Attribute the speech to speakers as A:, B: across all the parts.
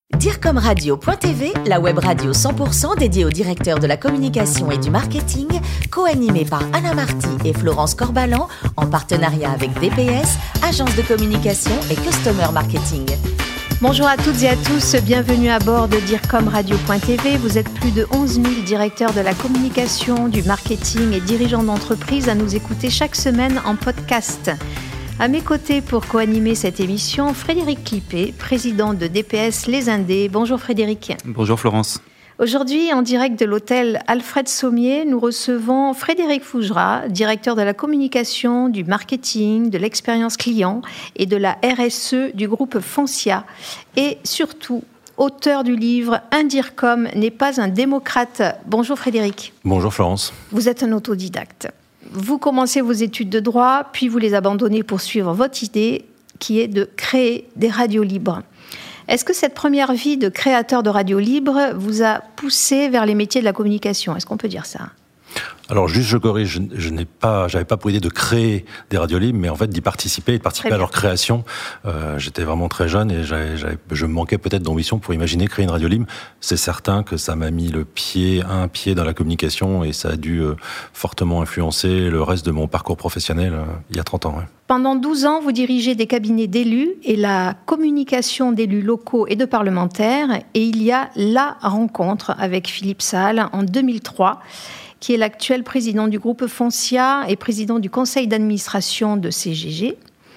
A: DIRCOMradio.tv, la web radio 100% dédiée aux directeurs de la communication et du marketing, co-animée par Anna Marty et Florence Corbalan, en partenariat avec DPS, agence de communication et customer marketing.
B: Bonjour à toutes et à tous, bienvenue à bord de DIRCOMradio.tv. Vous êtes plus de 11 000 directeurs de la communication, du marketing et dirigeants d'entreprise à nous écouter chaque semaine en podcast. À mes côtés pour co-animer cette émission, Frédéric Clippé, président de DPS Les Indés. Bonjour Frédéric.
C: Bonjour Florence.
B: Aujourd'hui, en direct de l'hôtel Alfred Sommier, nous recevons Frédéric Fougera, directeur de la communication, du marketing, de l'expérience client et de la RSE du groupe Foncia. Et surtout, auteur du livre « Un DIRCOM n'est pas un démocrate ». Bonjour Frédéric.
C: Bonjour Florence.
B: Vous êtes un autodidacte. Vous commencez vos études de droit, puis vous les abandonnez pour suivre votre idée, qui est de créer des radios libres. Est-ce que cette première vie de créateur de radio libre vous a poussé vers les métiers de la communication ? Est-ce qu'on peut dire ça ?
C: Alors juste je corrige, j'avais pas pour idée de créer des radios libres, mais en fait d'y participer et de participer à leur création. J'étais vraiment très jeune et je manquais peut-être d'ambition pour imaginer créer une radio libre. C'est certain que ça m'a mis un pied dans la communication et ça a dû fortement influencer le reste de mon parcours professionnel il y a 30 ans. Ouais.
B: Pendant 12 ans, vous dirigez des cabinets d'élus et la communication d'élus locaux et de parlementaires. Et il y a la rencontre avec Philippe Salle en 2003, qui est l'actuel président du groupe Foncia et président du conseil d'administration de CGG.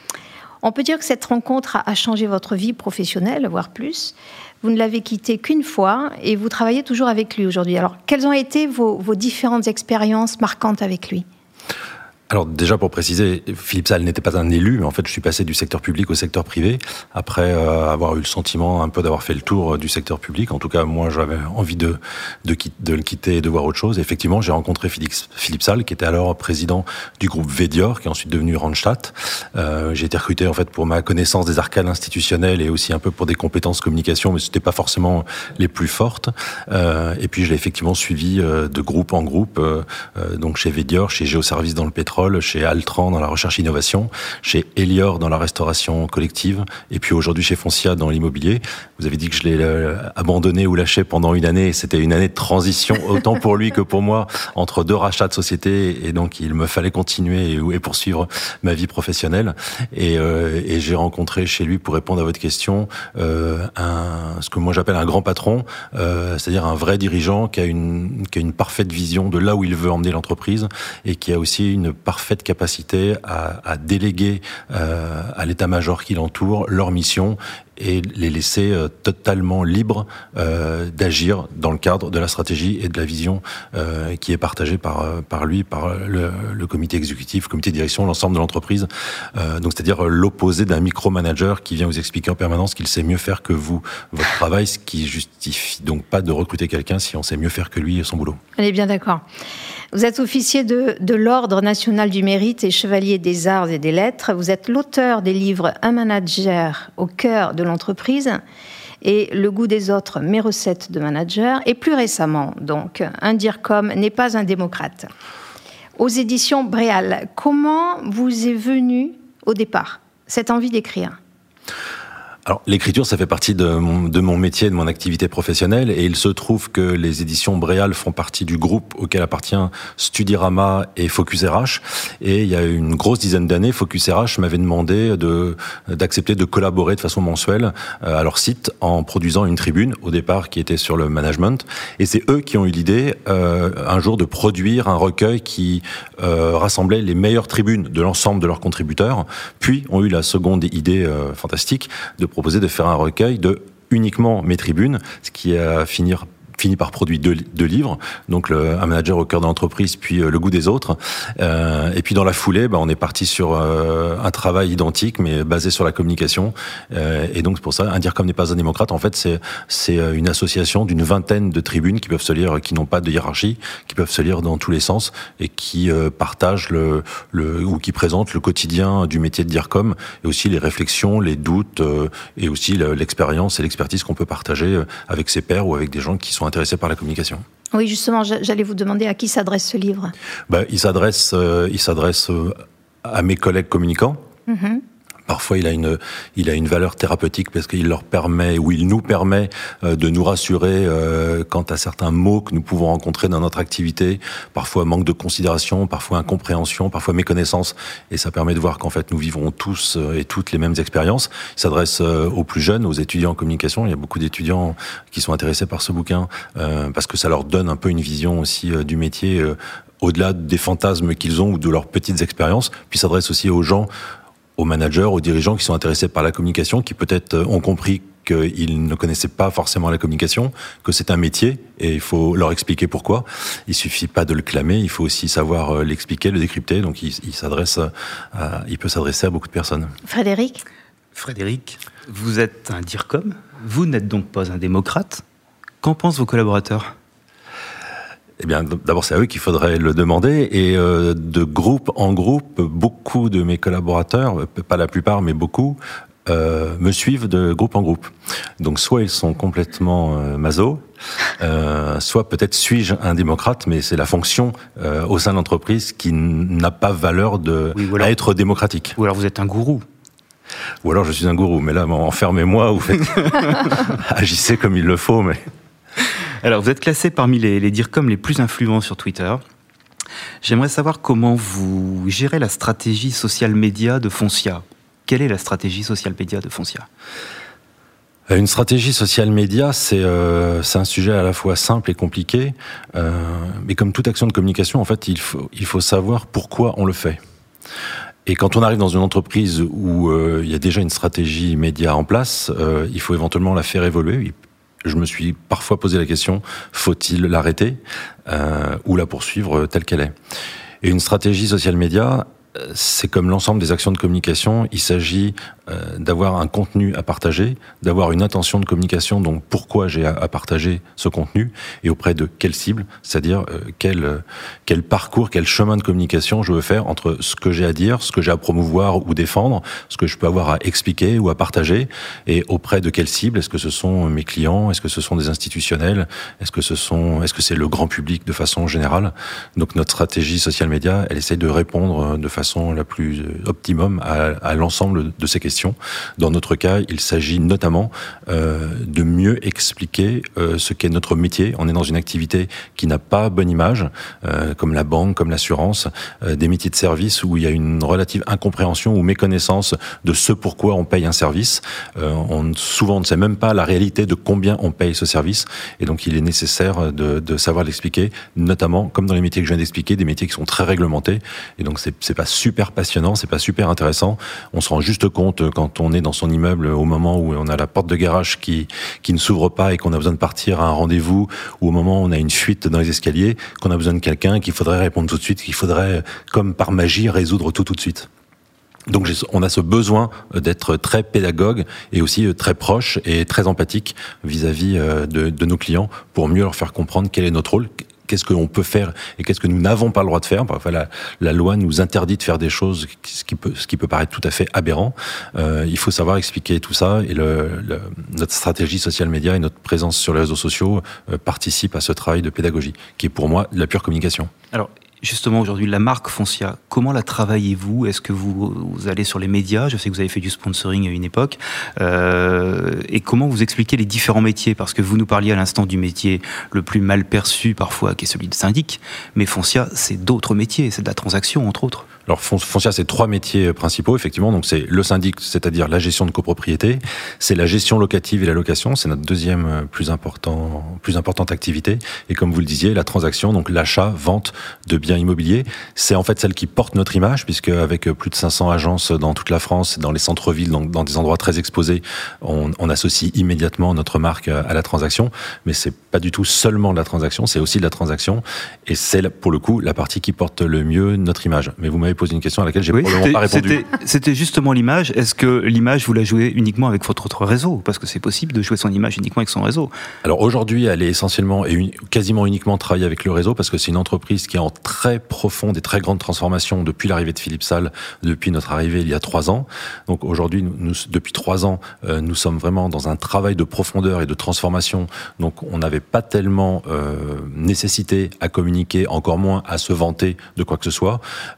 B: On peut dire que cette rencontre a changé votre vie professionnelle, voire plus. Vous ne l'avez quitté qu'une fois et vous travaillez toujours avec lui aujourd'hui. Alors, quelles ont été vos différentes expériences marquantes avec lui ?
C: Alors déjà pour préciser, Philippe Salle n'était pas un élu, mais en fait je suis passé du secteur public au secteur privé, après avoir eu le sentiment un peu d'avoir fait le tour du secteur public. En tout cas, moi j'avais envie de le quitter et de voir autre chose. Et effectivement, j'ai rencontré Philippe Salle, qui était alors président du groupe Vedior, qui est ensuite devenu Randstad. J'ai été recruté en fait pour ma connaissance des arcanes institutionnelles et aussi un peu pour des compétences communication, mais c'était pas forcément les plus fortes. Et puis je l'ai effectivement suivi de groupe en groupe, donc chez Vedior, chez Géoservices dans le pétrole, chez Altran dans la recherche innovation, chez Elior dans la restauration collective, et puis aujourd'hui chez Foncia dans l'immobilier. Vous avez dit que je l'ai abandonné ou lâché pendant une année. C'était une année de transition, autant pour lui que pour moi, entre deux rachats de sociétés, et donc il me fallait continuer et poursuivre ma vie professionnelle. Et j'ai rencontré chez lui, pour répondre à votre question, ce que moi j'appelle un grand patron, c'est-à-dire un vrai dirigeant qui a une parfaite vision de là où il veut emmener l'entreprise, et qui a aussi une parfaite capacité à déléguer à l'état-major qui l'entoure leur mission et les laisser totalement libres d'agir dans le cadre de la stratégie et de la vision qui est partagée par lui, par le comité exécutif, comité de direction, l'ensemble de l'entreprise. Donc c'est-à-dire l'opposé d'un micromanager qui vient vous expliquer en permanence qu'il sait mieux faire que vous votre travail, ce qui justifie donc pas de recruter quelqu'un si on sait mieux faire que lui son boulot.
B: On est bien d'accord. Vous êtes officier de l'Ordre national du mérite et chevalier des arts et des lettres. Vous êtes l'auteur des livres « Un manager au cœur de l'entreprise » et « Le goût des autres, mes recettes de manager ». Et plus récemment, donc, « Un DIRCOM n'est pas un démocrate ». Aux éditions Bréal, comment vous est venue au départ cette envie d'écrire ?
C: Alors, l'écriture, ça fait partie de mon métier, de mon activité professionnelle, et il se trouve que les éditions Bréal font partie du groupe auquel appartient Studirama et Focus RH. Et il y a une grosse dizaine d'années, Focus RH m'avait demandé d'accepter de collaborer de façon mensuelle à leur site en produisant une tribune, au départ, qui était sur le management. Et c'est eux qui ont eu l'idée, un jour, de produire un recueil qui rassemblait les meilleures tribunes de l'ensemble de leurs contributeurs, puis ont eu la seconde idée fantastique de proposer de faire un recueil de uniquement mes tribunes, ce qui a fini par produire deux livres, donc Un manager au cœur de l'entreprise, puis Le goût des autres. Et puis dans la foulée, on est parti sur un travail identique, mais basé sur la communication. Et donc c'est pour ça, Un DIRCOM n'est pas un démocrate. En fait, c'est une association d'une vingtaine de tribunes qui peuvent se lire, qui n'ont pas de hiérarchie, qui peuvent se lire dans tous les sens et qui partagent ou qui présentent le quotidien du métier de DIRCOM, et aussi les réflexions, les doutes, et aussi l'expérience et l'expertise qu'on peut partager avec ses pairs ou avec des gens qui sont intéressés par la communication.
B: Oui, justement, j'allais vous demander à qui s'adresse ce livre.
C: Il s'adresse à mes collègues communicants, Parfois, il a une valeur thérapeutique parce qu'il leur permet, ou il nous permet de nous rassurer quant à certains mots que nous pouvons rencontrer dans notre activité. Parfois, manque de considération, parfois incompréhension, parfois méconnaissance. Et ça permet de voir qu'en fait, nous vivons tous et toutes les mêmes expériences. Il s'adresse aux plus jeunes, aux étudiants en communication. Il y a beaucoup d'étudiants qui sont intéressés par ce bouquin parce que ça leur donne un peu une vision aussi du métier au-delà des fantasmes qu'ils ont ou de leurs petites expériences. Puis s'adresse aussi aux gens, aux managers, aux dirigeants qui sont intéressés par la communication, qui peut-être ont compris qu'ils ne connaissaient pas forcément la communication, que c'est un métier, et il faut leur expliquer pourquoi. Il suffit pas de le clamer, il faut aussi savoir l'expliquer, le décrypter, donc il peut s'adresser à beaucoup de personnes.
B: Frédéric,
D: vous êtes un DIRCOM, vous n'êtes donc pas un démocrate. Qu'en pensent vos collaborateurs ?
C: Eh bien, d'abord, c'est à eux qu'il faudrait le demander. Et de groupe en groupe, beaucoup de mes collaborateurs, pas la plupart, mais beaucoup, me suivent de groupe en groupe. Donc, soit ils sont complètement maso, soit peut-être suis-je un démocrate, mais c'est la fonction au sein de l'entreprise qui n'a pas valeur à être démocratique.
D: Ou alors vous êtes un gourou.
C: Ou alors je suis un gourou, mais là, enfermez-moi ou agissez comme il le faut, mais...
D: Alors, vous êtes classé parmi les DIRCOM les plus influents sur Twitter. J'aimerais savoir comment vous gérez la stratégie social média de Foncia. Quelle est la stratégie social média de Foncia ?
C: Une stratégie social média, c'est un sujet à la fois simple et compliqué. Mais comme toute action de communication, en fait, il faut savoir pourquoi on le fait. Et quand on arrive dans une entreprise où il y a déjà une stratégie média en place, il faut éventuellement la faire évoluer. Je me suis parfois posé la question, faut-il l'arrêter ou la poursuivre telle qu'elle est ? Et une stratégie social média, c'est comme l'ensemble des actions de communication, il s'agit d'avoir un contenu à partager, d'avoir une intention de communication, donc pourquoi j'ai à partager ce contenu, et auprès de quelle cible, c'est-à-dire quel parcours, quel chemin de communication je veux faire entre ce que j'ai à dire, ce que j'ai à promouvoir ou défendre, ce que je peux avoir à expliquer ou à partager, et auprès de quelle cible, est-ce que ce sont mes clients, est-ce que ce sont des institutionnels, est-ce que c'est le grand public de façon générale. Donc notre stratégie social média, elle essaie de répondre de façon la plus optimum à l'ensemble de ces questions. Dans notre cas, il s'agit notamment de mieux expliquer ce qu'est notre métier. On est dans une activité qui n'a pas bonne image, comme la banque, comme l'assurance, des métiers de service où il y a une relative incompréhension ou méconnaissance de ce pourquoi on paye un service. Souvent, on ne sait même pas la réalité de combien on paye ce service, et donc il est nécessaire de savoir l'expliquer, notamment, comme dans les métiers que je viens d'expliquer, des métiers qui sont très réglementés, et donc c'est pas super passionnant, c'est pas super intéressant. On se rend juste compte quand on est dans son immeuble au moment où on a la porte de garage qui ne s'ouvre pas et qu'on a besoin de partir à un rendez-vous, ou au moment où on a une fuite dans les escaliers, qu'on a besoin de quelqu'un, qu'il faudrait répondre tout de suite, qu'il faudrait, comme par magie, résoudre tout de suite. Donc on a ce besoin d'être très pédagogue et aussi très proche et très empathique vis-à-vis de nos clients pour mieux leur faire comprendre quel est notre rôle, qu'est-ce qu'on peut faire et qu'est-ce que nous n'avons pas le droit de faire. Enfin, la loi nous interdit de faire des choses, ce qui peut paraître tout à fait aberrant. Il faut savoir expliquer tout ça, et notre stratégie social média et notre présence sur les réseaux sociaux participent à ce travail de pédagogie, qui est pour moi de la pure communication.
D: Alors, justement, aujourd'hui, la marque Foncia, comment la travaillez-vous ? Est-ce que vous allez sur les médias ? Je sais que vous avez fait du sponsoring à une époque. Et comment vous expliquez les différents métiers ? Parce que vous nous parliez à l'instant du métier le plus mal perçu parfois, qui est celui de syndic. Mais Foncia, c'est d'autres métiers, c'est de la transaction, entre autres.
C: Alors Foncia, c'est 3 métiers principaux, effectivement. Donc c'est le syndic, c'est-à-dire la gestion de copropriété. C'est la gestion locative et la location. C'est notre deuxième plus importante activité. Et comme vous le disiez, la transaction, donc l'achat, vente de biens immobiliers. C'est en fait celle qui porte notre image, puisque avec plus de 500 agences dans toute la France, dans les centres-villes, dans des endroits très exposés, on associe immédiatement notre marque à la transaction. Mais c'est pas du tout seulement de la transaction, c'est aussi de la transaction. Et c'est pour le coup la partie qui porte le mieux notre image. Mais vous m'avez posé une question à laquelle j'ai probablement pas répondu.
D: C'était justement l'image. Est-ce que l'image, vous la jouez uniquement avec votre réseau ? Parce que c'est possible de jouer son image uniquement avec son réseau.
C: Alors aujourd'hui, elle est essentiellement et quasiment uniquement travaillée avec le réseau, parce que c'est une entreprise qui est en très profonde et très grande transformation depuis l'arrivée de Philippe Salle, depuis notre arrivée il y a 3 ans. Donc aujourd'hui, depuis 3 ans, nous sommes vraiment dans un travail de profondeur et de transformation. Donc on n'avait pas tellement nécessité à communiquer, encore moins à se vanter de quoi que ce soit.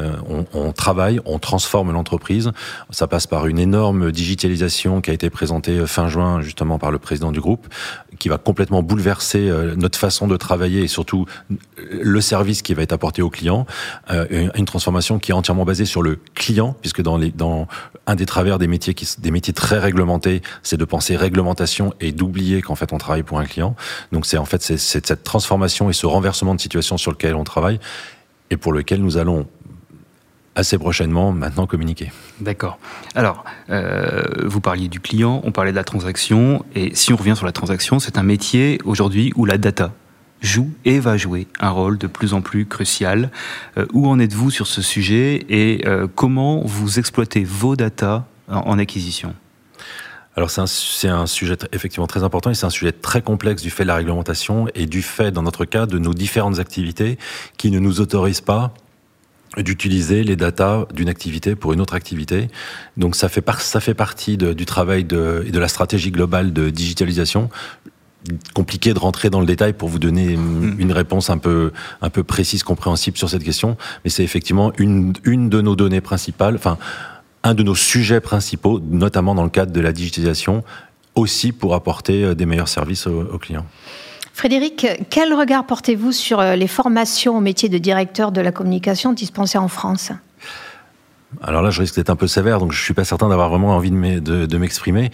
C: on travaille, on transforme l'entreprise. Ça passe par une énorme digitalisation qui a été présentée fin juin justement par le président du groupe, qui va complètement bouleverser notre façon de travailler et surtout le service qui va être apporté aux clients. Une transformation qui est entièrement basée sur le client, puisque dans un des travers des métiers très réglementés, c'est de penser réglementation et d'oublier qu'en fait on travaille pour un client. Donc c'est cette transformation et ce renversement de situation sur lequel on travaille et pour lequel nous allons assez prochainement maintenant communiquer.
D: D'accord. Alors, vous parliez du client, on parlait de la transaction, et si on revient sur la transaction, c'est un métier aujourd'hui où la data joue et va jouer un rôle de plus en plus crucial. Où en êtes-vous sur ce sujet et comment vous exploitez vos data en acquisition ?
C: Alors c'est un sujet effectivement très important et c'est un sujet très complexe du fait de la réglementation et du fait, dans notre cas, de nos différentes activités qui ne nous autorisent pas d'utiliser les datas d'une activité pour une autre activité. Donc ça fait partie du travail et de la stratégie globale de digitalisation. Compliqué de rentrer dans le détail pour vous donner une réponse un peu précise, compréhensible sur cette question, mais c'est effectivement une de nos données principales, enfin un de nos sujets principaux, notamment dans le cadre de la digitalisation, aussi pour apporter des meilleurs services aux clients.
B: Frédéric, quel regard portez-vous sur les formations au métier de directeur de la communication dispensées en France ?
C: Alors là, je risque d'être un peu sévère, donc je suis pas certain d'avoir vraiment envie de m'exprimer.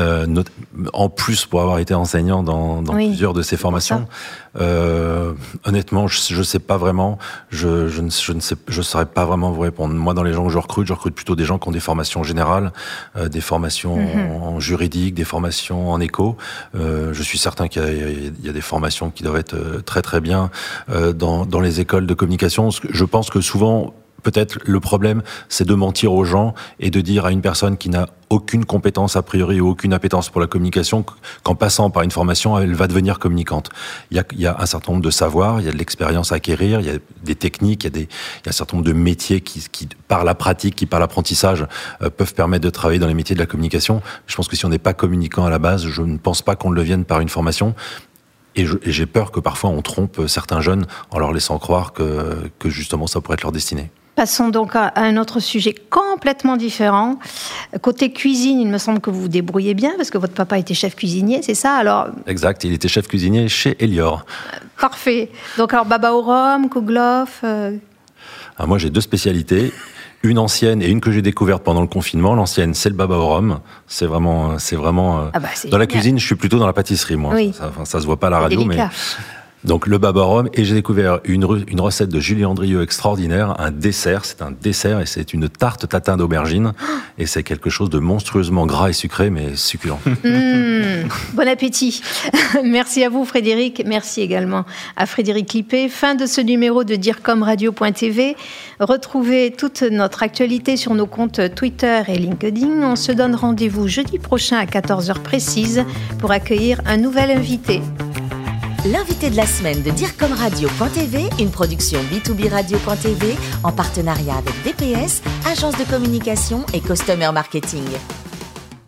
C: En plus, pour avoir été enseignant dans plusieurs de ces formations, honnêtement, je sais pas vraiment. Je saurais pas vraiment vous répondre. Moi, dans les gens que je recrute plutôt des gens qui ont des formations générales, des formations en juridique, des formations en éco. Je suis certain qu'il y a des formations qui doivent être très très bien dans les écoles de communication. Je pense que souvent, peut-être le problème, c'est de mentir aux gens et de dire à une personne qui n'a aucune compétence a priori ou aucune appétence pour la communication qu'en passant par une formation, elle va devenir communicante. Il y a un certain nombre de savoirs, il y a de l'expérience à acquérir, il y a des techniques, il y a un certain nombre de métiers qui par la pratique, qui par l'apprentissage, peuvent permettre de travailler dans les métiers de la communication. Je pense que si on n'est pas communicant à la base, je ne pense pas qu'on le devienne par une formation. Et j'ai peur que parfois on trompe certains jeunes en leur laissant croire que justement ça pourrait être leur destinée.
B: Passons donc à un autre sujet complètement différent. Côté cuisine, il me semble que vous vous débrouillez bien, parce que votre papa était chef cuisinier, c'est ça alors ?
C: Exact, il était chef cuisinier chez Elior.
B: Parfait. Donc alors baba au rhum, kouglof
C: Alors moi j'ai deux spécialités. Une ancienne et une que j'ai découverte pendant le confinement. L'ancienne, c'est le baba au rhum. C'est vraiment
B: c'est
C: dans
B: génial.
C: La cuisine, je suis plutôt dans la pâtisserie, moi.
B: Oui.
C: Ça se voit pas à la radio,
B: délicat.
C: mais... Donc le baba au rhum, et j'ai découvert une recette de Julie Andrieux extraordinaire, un dessert, c'est un dessert et c'est une tarte tatin d'aubergine, et c'est quelque chose de monstrueusement gras et sucré, mais succulent.
B: Bon appétit. Merci à vous Frédéric, merci également à Frédéric Lippé. Fin de ce numéro de DIRCOM-radio.tv. Retrouvez toute notre actualité sur nos comptes Twitter et LinkedIn. On se donne rendez-vous jeudi prochain à 14h précise pour accueillir un nouvel invité.
A: L'invité de la semaine de DIRCOM-radio.tv, une production B2B Radio.tv en partenariat avec DPS, agence de communication et customer marketing.